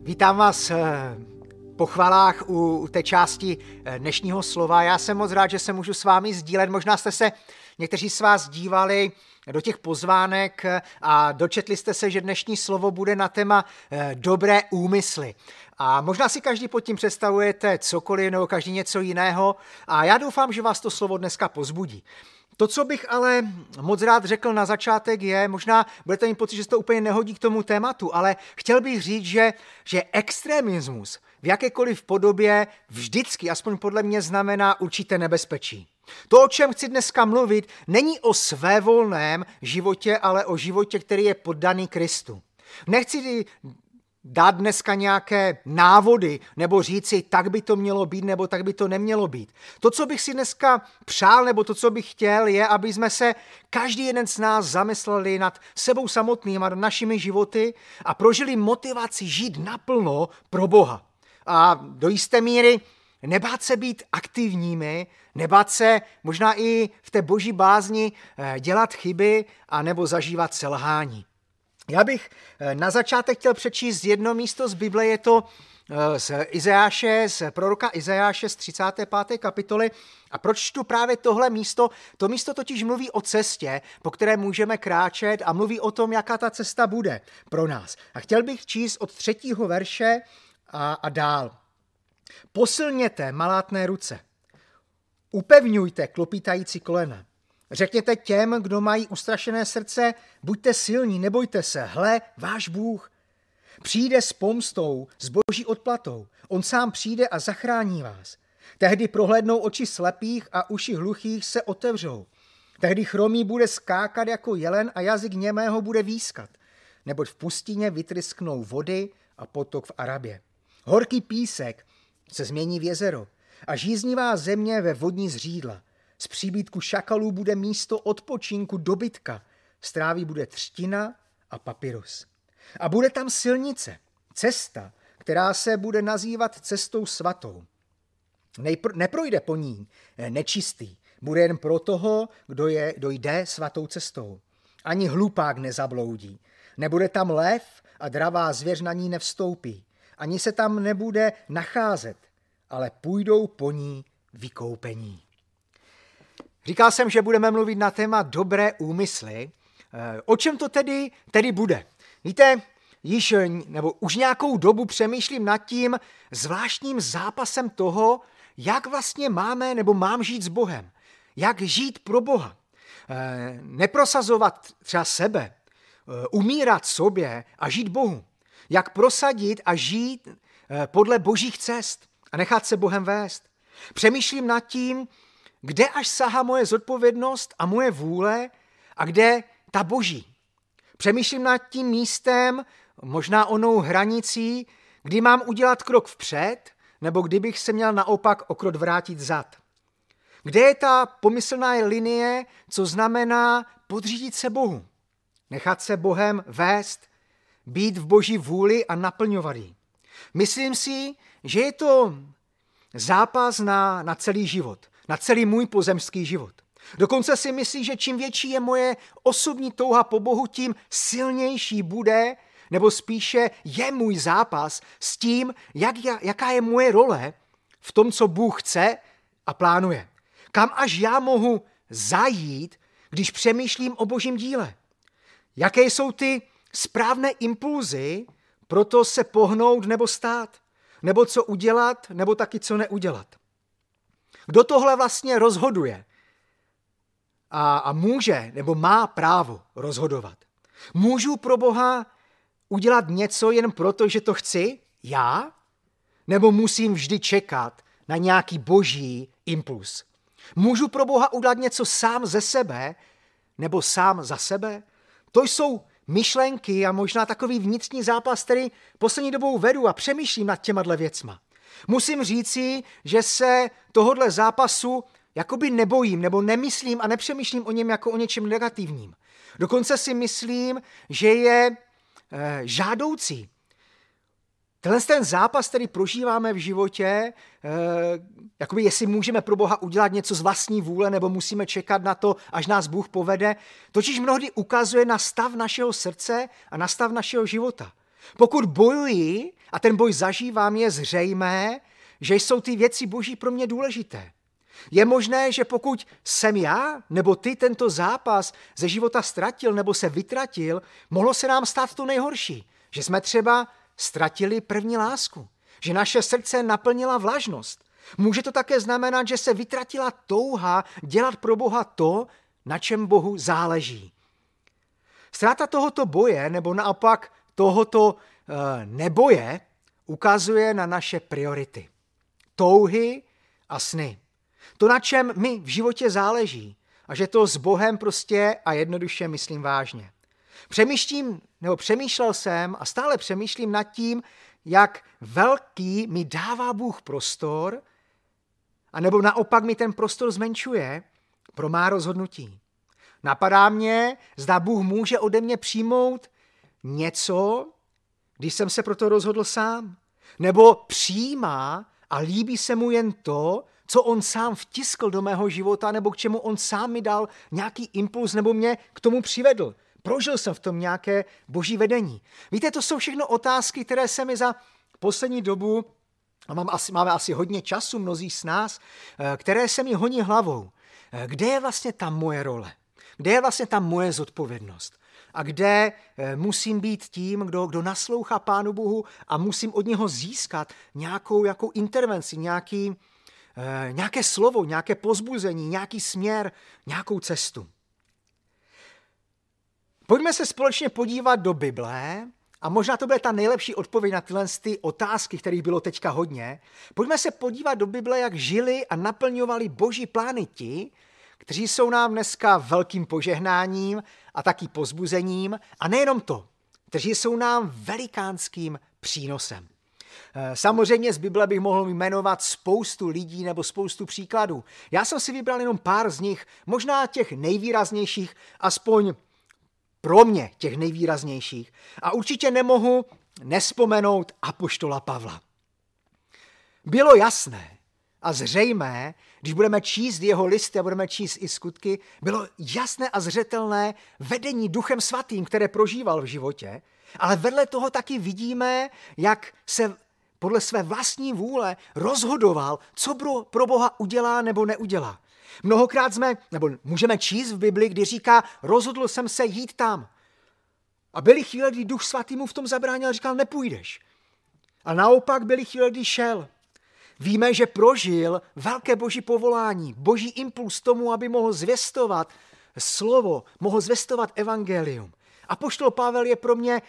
Vítám vás po chvalách u té části dnešního slova. Já jsem moc rád, že se můžu s vámi sdílet. Možná jste se někteří z vás dívali do těch pozvánek a dočetli jste se, že dnešní slovo bude na téma dobré úmysly. A možná si každý pod tím představujete cokoliv nebo každý něco jiného a já doufám, že vás to slovo dneska pozbudí. To, co bych ale moc rád řekl na začátek je, možná budete mít pocit, že se to úplně nehodí k tomu tématu, ale chtěl bych říct, že extremismus v jakékoliv podobě vždycky, aspoň podle mě, znamená určité nebezpečí. To, o čem chci dneska mluvit, není o svévolném životě, ale o životě, který je poddaný Kristu. Nechci dát dneska nějaké návody nebo říci, tak by to mělo být, nebo tak by to nemělo být. To, co bych si dneska přál, nebo to, co bych chtěl, je, aby jsme se každý jeden z nás zamysleli nad sebou samotným a nad našimi životy a prožili motivaci žít naplno pro Boha. A do jisté míry nebát se být aktivními, nebát se možná i v té boží bázni dělat chyby a nebo zažívat selhání. Já bych na začátek chtěl přečíst jedno místo z Bible, je to z proroka Izajáše z 35. kapitoly. A proč čtu právě tohle místo? To místo totiž mluví o cestě, po které můžeme kráčet a mluví o tom, jaká ta cesta bude pro nás. A chtěl bych číst od 3. verše a dál. Posilněte malátné ruce, upevňujte klopítající kolena. Řekněte těm, kdo mají ustrašené srdce, buďte silní, nebojte se, hle, váš Bůh přijde s pomstou, s boží odplatou. On sám přijde a zachrání vás. Tehdy prohlédnou oči slepých a uši hluchých se otevřou. Tehdy chromý bude skákat jako jelen a jazyk němého bude výskat. Neboť v pustině vytrysknou vody a potok v Arabě. Horký písek se změní v jezero a žíznivá země ve vodní zřídla. Z příbytku šakalů bude místo odpočinku dobytka, z trávy bude třtina a papyrus. A bude tam silnice, cesta, která se bude nazývat cestou svatou. Neprojde po ní nečistý, bude jen pro toho, kdo jde svatou cestou. Ani hlupák nezabloudí. Nebude tam lev a dravá zvěř na ní nevstoupí. Ani se tam nebude nacházet, ale půjdou po ní vykoupení. Říkal jsem, že budeme mluvit na téma dobré úmysly. O čem to tedy bude? Víte, už nějakou dobu přemýšlím nad tím zvláštním zápasem toho, jak vlastně mám žít s Bohem. Jak žít pro Boha. Neprosazovat třeba sebe, umírat sobě a žít Bohu. Jak prosadit a žít podle božích cest a nechat se Bohem vést. Přemýšlím nad tím, kde až sahá moje zodpovědnost a moje vůle a kde ta boží. Přemýšlím nad tím místem, možná onou hranicí, kdy mám udělat krok vpřed, nebo kdybych se měl naopak o krok vrátit zad. Kde je ta pomyslná linie, co znamená podřídit se Bohu, nechat se Bohem vést, být v boží vůli a naplňovat ji. Myslím si, že je to zápas na celý život. Na celý můj pozemský život. Dokonce si myslí, že čím větší je moje osobní touha po Bohu, tím silnější bude, nebo spíše je můj zápas s tím, jaká je moje role v tom, co Bůh chce a plánuje. Kam až já mohu zajít, když přemýšlím o božím díle. Jaké jsou ty správné impulzy pro to se pohnout nebo stát, nebo co udělat, nebo taky co neudělat. Kdo tohle vlastně rozhoduje a může nebo má právo rozhodovat? Můžu pro Boha udělat něco jen proto, že to chci já? Nebo musím vždy čekat na nějaký boží impuls? Můžu pro Boha udělat něco sám ze sebe nebo sám za sebe? To jsou myšlenky a možná takový vnitřní zápas, který poslední dobou vedu a přemýšlím nad těma věcma. Musím říci, že se tohodle zápasu jakoby nebojím, nebo nemyslím a nepřemýšlím o něm jako o něčem negativním. Dokonce si myslím, že je žádoucí. Ten zápas, který prožíváme v životě, jakoby jestli můžeme pro Boha udělat něco z vlastní vůle, nebo musíme čekat na to, až nás Bůh povede, totiž mnohdy ukazuje na stav našeho srdce a na stav našeho života. Pokud bojuji a ten boj zažívám, je zřejmé, že jsou ty věci Boží pro mě důležité. Je možné, že pokud jsem já nebo ty tento zápas ze života ztratil nebo se vytratil, mohlo se nám stát to nejhorší. Že jsme třeba ztratili první lásku. Že naše srdce naplnila vlažnost. Může to také znamenat, že se vytratila touha dělat pro Boha to, na čem Bohu záleží. Ztráta tohoto boje nebo naopak tohoto neboje ukazuje na naše priority. Touhy a sny. To, na čem mi v životě záleží a že to s Bohem prostě a jednoduše myslím vážně. Přemýšlel jsem a stále přemýšlím nad tím, jak velký mi dává Bůh prostor, anebo naopak mi ten prostor zmenšuje pro má rozhodnutí. Napadá mě, zda Bůh může ode mě přijmout něco, když jsem se pro to rozhodl sám. Nebo přijímá a líbí se mu jen to, co on sám vtiskl do mého života, nebo k čemu on sám mi dal nějaký impuls, nebo mě k tomu přivedl. Prožil jsem v tom nějaké boží vedení. Víte, to jsou všechno otázky, které se mi za poslední dobu, a máme asi hodně času, mnozí z nás, které se mi honí hlavou. Kde je vlastně ta moje role? Kde je vlastně ta moje zodpovědnost? A kde musím být tím, kdo naslouchá Pánu Bohu a musím od něho získat nějakou intervenci, nějaké slovo, nějaké pozbuzení, nějaký směr, nějakou cestu. Pojďme se společně podívat do Bible a možná to bude ta nejlepší odpověď na tyhle otázky, kterých bylo teďka hodně. Pojďme se podívat do Bible, jak žili a naplňovali boží plány ti, kteří jsou nám dneska velkým požehnáním a taky pozbuzením. A nejenom to, kteří jsou nám velikánským přínosem. Samozřejmě z Bible bych mohl jmenovat spoustu lidí nebo spoustu příkladů. Já jsem si vybral jenom pár z nich, možná těch nejvýraznějších, aspoň pro mě těch nejvýraznějších. A určitě nemohu nespomenout apoštola Pavla. Bylo jasné a zřejmé, když budeme číst jeho listy a budeme číst i skutky, bylo jasné a zřetelné vedení Duchem Svatým, které prožíval v životě, ale vedle toho taky vidíme, jak se podle své vlastní vůle rozhodoval, co pro Boha udělá nebo neudělá. Mnohokrát můžeme číst v Bibli, kdy říká, rozhodl jsem se jít tam. A byly chvíle, kdy Duch Svatý mu v tom zabránil a říkal, nepůjdeš. A naopak byly chvíle, kdy šel. Víme, že prožil velké boží povolání, boží impuls tomu, aby mohl zvěstovat slovo, mohl zvěstovat evangelium. Apoštol Pavel je pro mě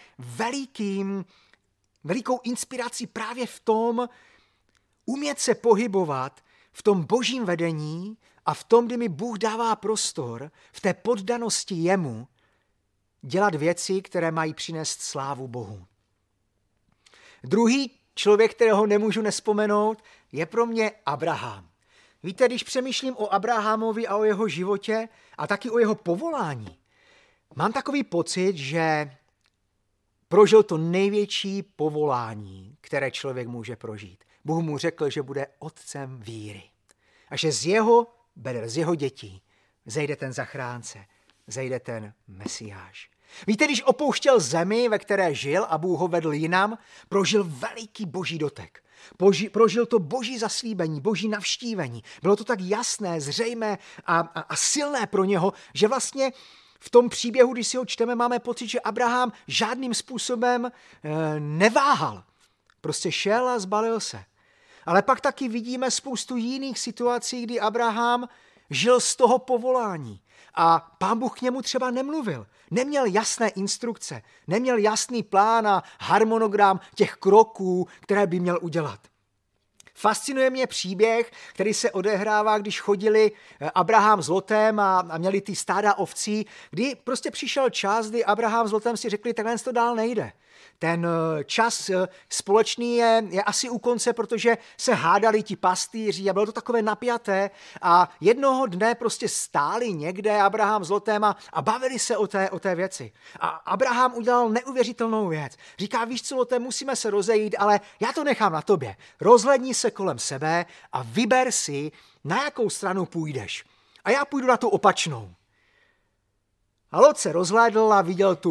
velikou inspirací právě v tom, umět se pohybovat v tom božím vedení a v tom, kdy mi Bůh dává prostor, v té poddanosti jemu, dělat věci, které mají přinést slávu Bohu. Druhý člověk, kterého nemůžu nespomenout, je pro mě Abraham. Víte, když přemýšlím o Abrahamovi a o jeho životě a taky o jeho povolání, mám takový pocit, že prožil to největší povolání, které člověk může prožít. Bůh mu řekl, že bude otcem víry. A že z jeho dětí zejde ten zachránce, zejde ten Mesiáš. Víte, když opouštěl zemi, ve které žil a Bůh ho vedl jinam, prožil veliký boží dotek. Prožil to boží zaslíbení, boží navštívení. Bylo to tak jasné, zřejmé a silné pro něho, že vlastně v tom příběhu, když si ho čteme, máme pocit, že Abraham žádným způsobem neváhal. Prostě šel a zbalil se. Ale pak taky vidíme spoustu jiných situací, kdy Abraham žil z toho povolání a Pán Bůh k němu třeba nemluvil. Neměl jasné instrukce, neměl jasný plán a harmonogram těch kroků, které by měl udělat. Fascinuje mě příběh, který se odehrává, když chodili Abraham s Lotem a měli ty stáda ovcí, kdy prostě přišel čas, kdy Abraham s Lotem si řekli, takhle to dál nejde. Ten čas společný je asi u konce, protože se hádali ti pastýři a bylo to takové napjaté a jednoho dne prostě stáli někde Abraham s Lotem a bavili se o té věci. A Abraham udělal neuvěřitelnou věc. Říká, víš co, Lote, musíme se rozejít, ale já to nechám na tobě. Rozhledni se kolem sebe a vyber si, na jakou stranu půjdeš. A já půjdu na tu opačnou. A Lot se rozhlédl a viděl tu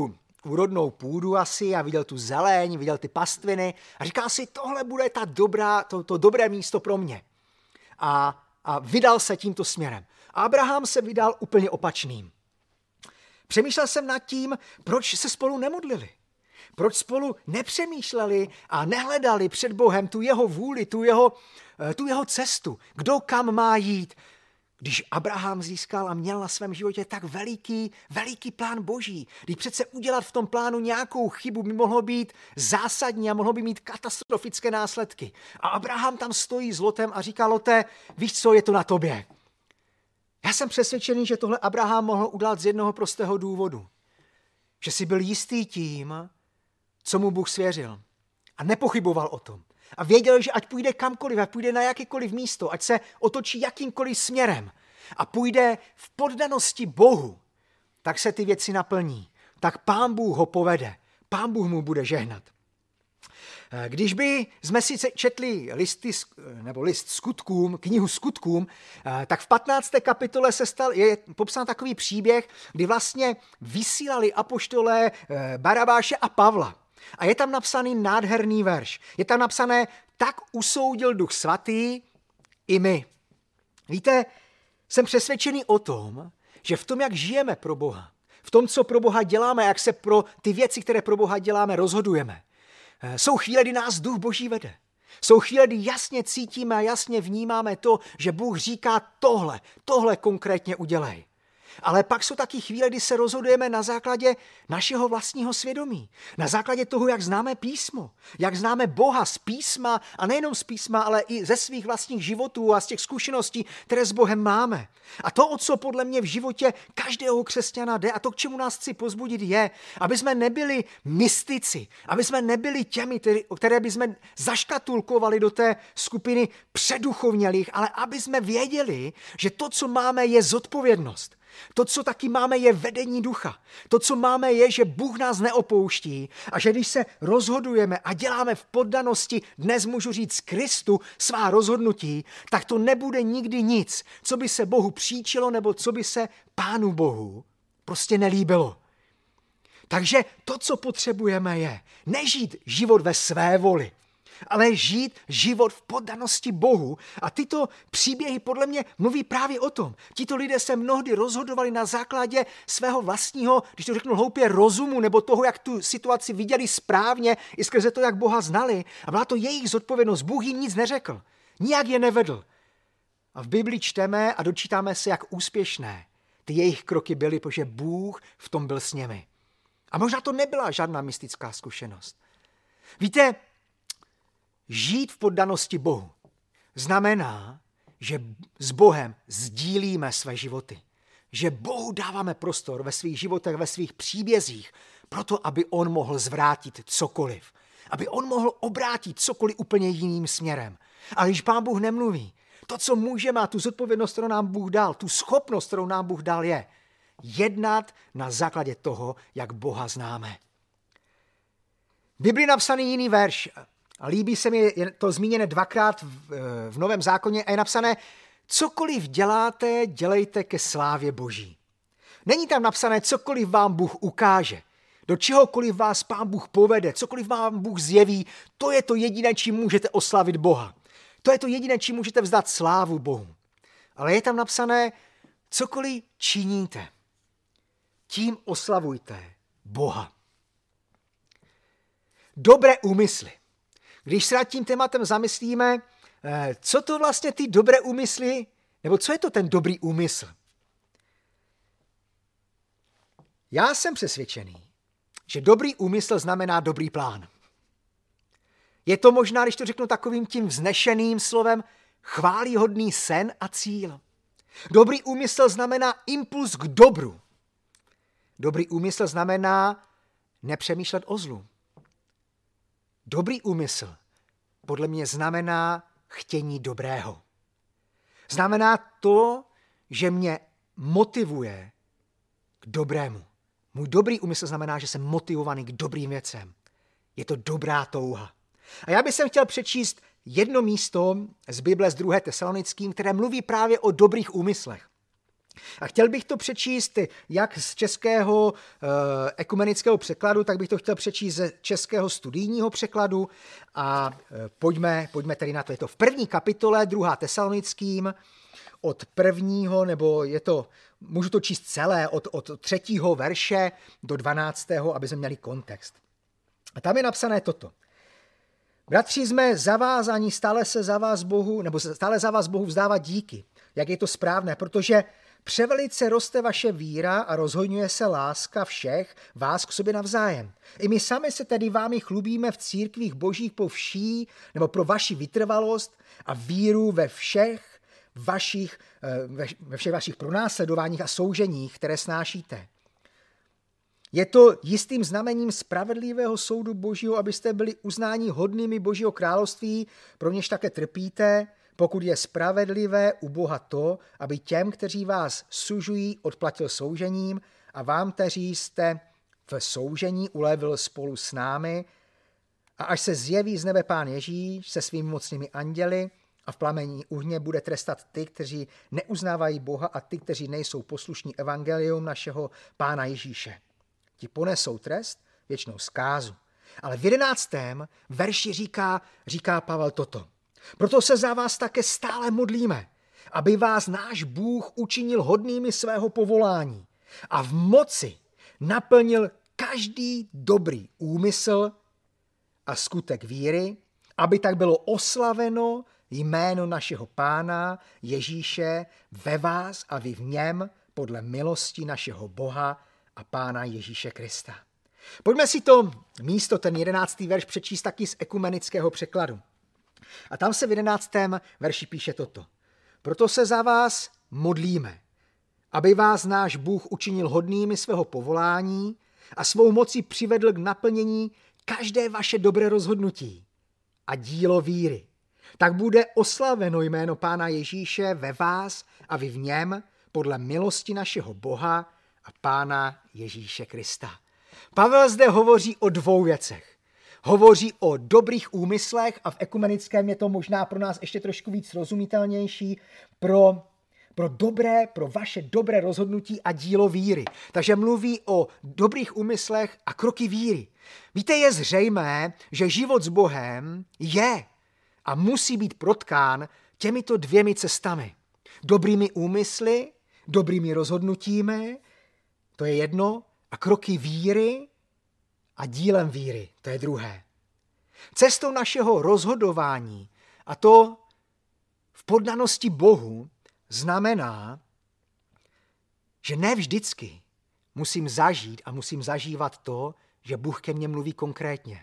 úrodnou půdu asi a viděl tu zeleň, viděl ty pastviny a říkal si, tohle bude to dobré místo pro mě. A vydal se tímto směrem. A Abraham se vydal úplně opačným. Přemýšlel jsem nad tím, proč se spolu nemodlili. Proč spolu nepřemýšleli a nehledali před Bohem tu jeho vůli, tu jeho cestu, kdo kam má jít. Když Abraham získal a měl na svém životě tak veliký plán Boží, když přece udělat v tom plánu nějakou chybu by mohlo být zásadní a mohlo by mít katastrofické následky. A Abraham tam stojí s Lotem a říká, Lote, víš co, je to na tobě. Já jsem přesvědčený, že tohle Abraham mohl udělat z jednoho prostého důvodu. Že si byl jistý tím, co mu Bůh svěřil. A nepochyboval o tom. A věděl, že ať půjde kamkoliv, ať půjde na jakékoliv místo, ať se otočí jakýmkoliv směrem a půjde v poddanosti Bohu, tak se ty věci naplní. Tak Pán Bůh ho povede. Pán Bůh mu bude žehnat. Když by jsme si četli list skutkům, knihu skutkům, tak v 15. kapitole je popsán takový příběh, kdy vlastně vysílali apoštolé Barabáše a Pavla. A je tam napsaný nádherný verš. Je tam napsané, tak usoudil Duch Svatý i my. Víte, jsem přesvědčený o tom, že v tom, jak žijeme pro Boha, v tom, co pro Boha děláme, jak se pro ty věci, které pro Boha děláme, rozhodujeme, jsou chvíle, kdy nás Duch Boží vede. Jsou chvíle, kdy jasně cítíme a jasně vnímáme to, že Bůh říká tohle konkrétně udělej. Ale pak jsou taky chvíle, kdy se rozhodujeme na základě našeho vlastního svědomí. Na základě toho, jak známe písmo, jak známe Boha z písma a nejenom z písma, ale i ze svých vlastních životů a z těch zkušeností, které s Bohem máme. A to, o co podle mě v životě každého křesťana jde a to, k čemu nás chci pozbudit, je, aby jsme nebyli mystici, aby jsme nebyli těmi, které by jsme zaškatulkovali do té skupiny předuchovnělých, ale aby jsme věděli, že to, co máme, je zodpovědnost. To, co taky máme, je vedení ducha. To, co máme, je, že Bůh nás neopouští a že když se rozhodujeme a děláme v poddanosti, dnes můžu říct Kristu, svá rozhodnutí, tak to nebude nikdy nic, co by se Bohu příčilo nebo co by se Pánu Bohu prostě nelíbilo. Takže to, co potřebujeme, je nežít život ve své voli, ale žít život v poddanosti Bohu. A tyto příběhy podle mě mluví právě o tom. Tito lidé se mnohdy rozhodovali na základě svého vlastního, když to řeknu hloupě, rozumu, nebo toho, jak tu situaci viděli správně, i skrze to, jak Boha znali. A byla to jejich zodpovědnost. Bůh jim nic neřekl. Nijak je nevedl. A v Biblii čteme a dočítáme se, jak úspěšné ty jejich kroky byly, protože Bůh v tom byl s nimi. A možná to nebyla žádná mystická zkušenost. Víte, žít v poddanosti Bohu znamená, že s Bohem sdílíme své životy. Že Bohu dáváme prostor ve svých životech, ve svých příbězích, proto, aby on mohl zvrátit cokoliv. Aby on mohl obrátit cokoliv úplně jiným směrem. Ale když Pán Bůh nemluví, to, co můžeme a tu zodpovědnost, kterou nám Bůh dal, tu schopnost, kterou nám Bůh dal, je jednat na základě toho, jak Boha známe. V Biblii napsaný jiný verš. A líbí se mi, je to zmíněné dvakrát v Novém zákoně a je napsané, cokoliv děláte, dělejte ke slávě Boží. Není tam napsané, cokoliv vám Bůh ukáže, do čehokoliv vás Pán Bůh povede, cokoliv vám Bůh zjeví, to je to jediné, čím můžete oslavit Boha. To je to jediné, čím můžete vzdát slávu Bohu. Ale je tam napsané, cokoliv činíte, tím oslavujte Boha. Dobré úmysly. Když se nad tím tématem zamyslíme, co to vlastně ty dobré úmysly, nebo co je to ten dobrý úmysl? Já jsem přesvědčený, že dobrý úmysl znamená dobrý plán. Je to možná, když to řeknu takovým tím vznešeným slovem, chvályhodný sen a cíl. Dobrý úmysl znamená impuls k dobru. Dobrý úmysl znamená nepřemýšlet o zlu. Dobrý úmysl podle mě znamená chtění dobrého. Znamená to, že mě motivuje k dobrému. Můj dobrý úmysl znamená, že jsem motivovaný k dobrým věcem. Je to dobrá touha. A já bych chtěl přečíst jedno místo z Bible z 2. Tesalonickým, které mluví právě o dobrých úmyslech. A chtěl bych to přečíst jak z českého ekumenického překladu, tak bych to chtěl přečíst ze českého studijního překladu a pojďme tedy na to. Je to v 1. kapitole 2. Tesalonickým od 1. nebo můžu to číst celé, od 3. verše do 12., aby jsme měli kontext. A tam je napsané toto. Bratři, jsme zavázáni stále za vás Bohu vzdávat díky, jak je to správné, protože převelice roste vaše víra a rozhojňuje se láska všech vás k sobě navzájem. I my sami se tedy vámi chlubíme v církvích božích pro vaši vytrvalost a víru ve všech vašich pronásledováních a souženích, které snášíte. Je to jistým znamením spravedlivého soudu Božího, abyste byli uznáni hodnými Božího království, pro něž také trpíte, pokud je spravedlivé u Boha to, aby těm, kteří vás sužují, odplatil soužením a vám, kteří jste v soužení, ulevil spolu s námi. A až se zjeví z nebe Pán Ježíš se svými mocnými anděli a v plamení uhně bude trestat ty, kteří neuznávají Boha a ty, kteří nejsou poslušní evangelium našeho Pána Ježíše. Ti ponesou trest, věčnou zkázu. Ale v 11. verši říká Pavel toto. Proto se za vás také stále modlíme, aby vás náš Bůh učinil hodnými svého povolání a v moci naplnil každý dobrý úmysl a skutek víry, aby tak bylo oslaveno jméno našeho Pána Ježíše ve vás a vy v něm podle milosti našeho Boha a Pána Ježíše Krista. Pojďme si to místo, ten 11. verš, přečíst taky z ekumenického překladu. A tam se v 11. verši píše toto. Proto se za vás modlíme, aby vás náš Bůh učinil hodnými svého povolání a svou mocí přivedl k naplnění každé vaše dobré rozhodnutí a dílo víry. Tak bude oslaveno jméno Pána Ježíše ve vás a vy v něm podle milosti našeho Boha a Pána Ježíše Krista. Pavel zde hovoří o dvou věcech. Hovoří o dobrých úmyslech a v ekumenickém je to možná pro nás ještě trošku víc rozumitelnější pro vaše dobré rozhodnutí a dílo víry. Takže mluví o dobrých úmyslech a kroky víry. Víte, je zřejmé, že život s Bohem je a musí být protkán těmito dvěmi cestami. Dobrými úmysly, dobrými rozhodnutími, to je jedno, a kroky víry a dílem víry, to je druhé. Cestou našeho rozhodování, a to v poddanosti Bohu, znamená, že ne vždycky musím zažít a musím zažívat to, že Bůh ke mně mluví konkrétně.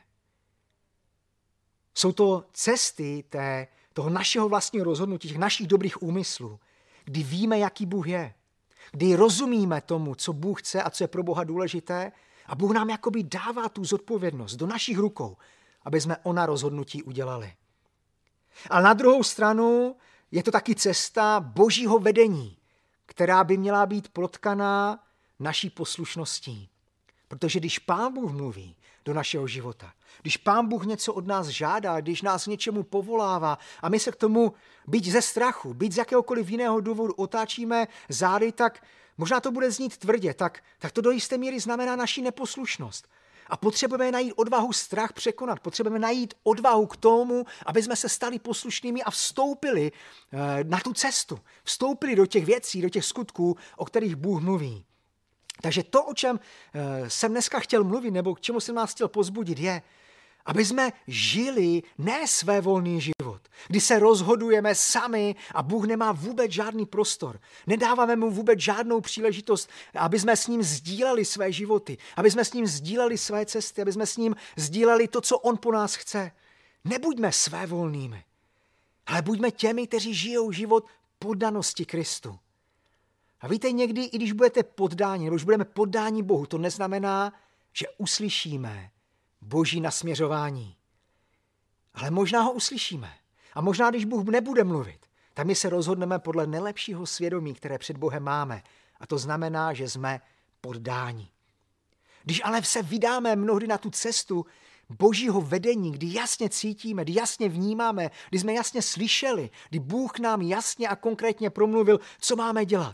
Jsou to cesty toho našeho vlastního rozhodnutí, těch našich dobrých úmyslů, kdy víme, jaký Bůh je, kdy rozumíme tomu, co Bůh chce a co je pro Boha důležité, a Bůh nám jakoby dává tu zodpovědnost do našich rukou, aby jsme ona rozhodnutí udělali. Ale na druhou stranu je to taky cesta Božího vedení, která by měla být protkaná naší poslušností. Protože když Pán Bůh mluví do našeho života, když Pán Bůh něco od nás žádá, když nás něčemu povolává a my se k tomu, byť ze strachu, byť z jakéhokoliv jiného důvodu otáčíme zády, tak možná to bude znít tvrdě, tak to do jisté míry znamená naši neposlušnost. A potřebujeme najít odvahu strach překonat, potřebujeme najít odvahu k tomu, aby jsme se stali poslušnými a vstoupili na tu cestu, vstoupili do těch věcí, do těch skutků, o kterých Bůh mluví. Takže to, o čem jsem dneska chtěl mluvit, nebo k čemu jsem nás chtěl pozbudit, je, aby jsme žili ne svévolný život, kdy se rozhodujeme sami a Bůh nemá vůbec žádný prostor. Nedáváme mu vůbec žádnou příležitost, aby jsme s ním sdíleli své životy, aby jsme s ním sdíleli své cesty, aby jsme s ním sdíleli to, co on po nás chce. Nebuďme svévolnými, ale buďme těmi, kteří žijou život poddanosti Kristu. A víte, někdy, i když budete poddáni, nebo když budeme poddáni Bohu, to neznamená, že uslyšíme Boží nasměřování. Ale možná ho uslyšíme. A možná, když Bůh nebude mluvit, tak my se rozhodneme podle nejlepšího svědomí, které před Bohem máme. A to znamená, že jsme poddáni. Když ale se vydáme mnohdy na tu cestu Božího vedení, kdy jasně cítíme, kdy jasně vnímáme, kdy jsme jasně slyšeli, kdy Bůh nám jasně a konkrétně promluvil, co máme dělat,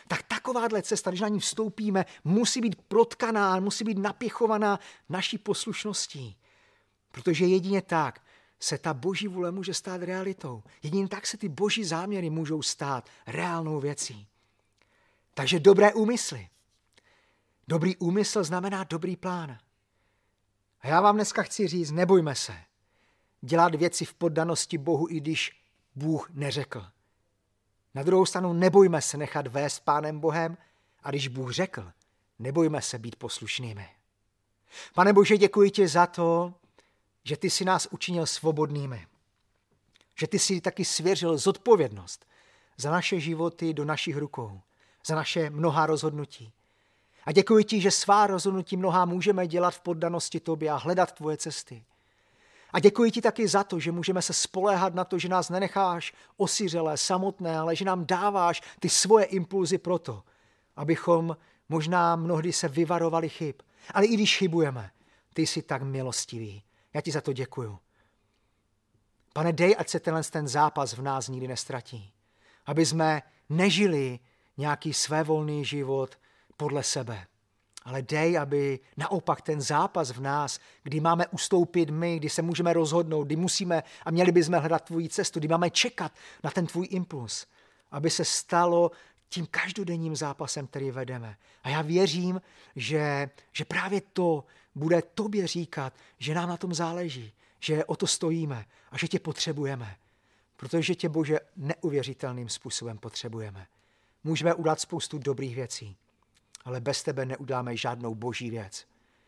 Tak takováhle cesta, když na ní vstoupíme, musí být protkaná, musí být napěchovaná naší poslušností. Protože jedině tak se ta boží vůle může stát realitou. Jedině tak se ty boží záměry můžou stát reálnou věcí. Takže dobré úmysly. Dobrý úmysl znamená dobrý plán. A já vám dneska chci říct, nebojme se dělat věci v poddanosti Bohu, i když Bůh neřekl. Na druhou stranu nebojme se nechat vést Pánem Bohem a když Bůh řekl, nebojme se být poslušnými. Pane Bože, děkuji ti za to, že ty jsi nás učinil svobodnými. Že ty jsi taky svěřil zodpovědnost za naše životy do našich rukou, za naše mnohá rozhodnutí. A děkuji ti, že svá rozhodnutí mnohá můžeme dělat v poddanosti tobě a hledat tvoje cesty. A děkuji ti taky za to, že můžeme se spoléhat na to, že nás nenecháš osiřelé, samotné, ale že nám dáváš ty svoje impulzy proto, abychom možná mnohdy se vyvarovali chyb. Ale i když chybujeme, ty jsi tak milostivý. Já ti za to děkuju. Pane, dej, ať se ten zápas v nás nikdy nestratí. Aby jsme nežili nějaký svévolný život podle sebe. Ale dej, aby naopak ten zápas v nás, kdy máme ustoupit my, kdy se můžeme rozhodnout, kdy musíme a měli bychom hledat tvoji cestu, kdy máme čekat na ten tvůj impuls, aby se stalo tím každodenním zápasem, který vedeme. A já věřím, že právě to bude tobě říkat, že nám na tom záleží, že o to stojíme a že tě potřebujeme. Protože tě, Bože, neuvěřitelným způsobem potřebujeme. Můžeme udělat spoustu dobrých věcí, ale bez tebe neuděláme žádnou boží věc.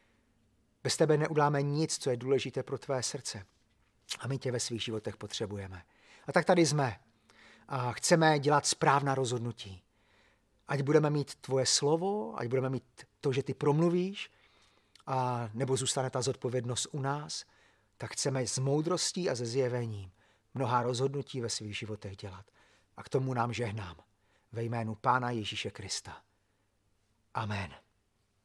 Bez tebe neuděláme nic, co je důležité pro tvé srdce. A my tě ve svých životech potřebujeme. A tak tady jsme. A chceme dělat správná rozhodnutí. Ať budeme mít tvoje slovo, ať budeme mít to, že ty promluvíš, a nebo zůstane ta zodpovědnost u nás, tak chceme s moudrostí a se zjevením mnohá rozhodnutí ve svých životech dělat. A k tomu nám žehnám. Ve jménu Pána Ježíše Krista. Amen.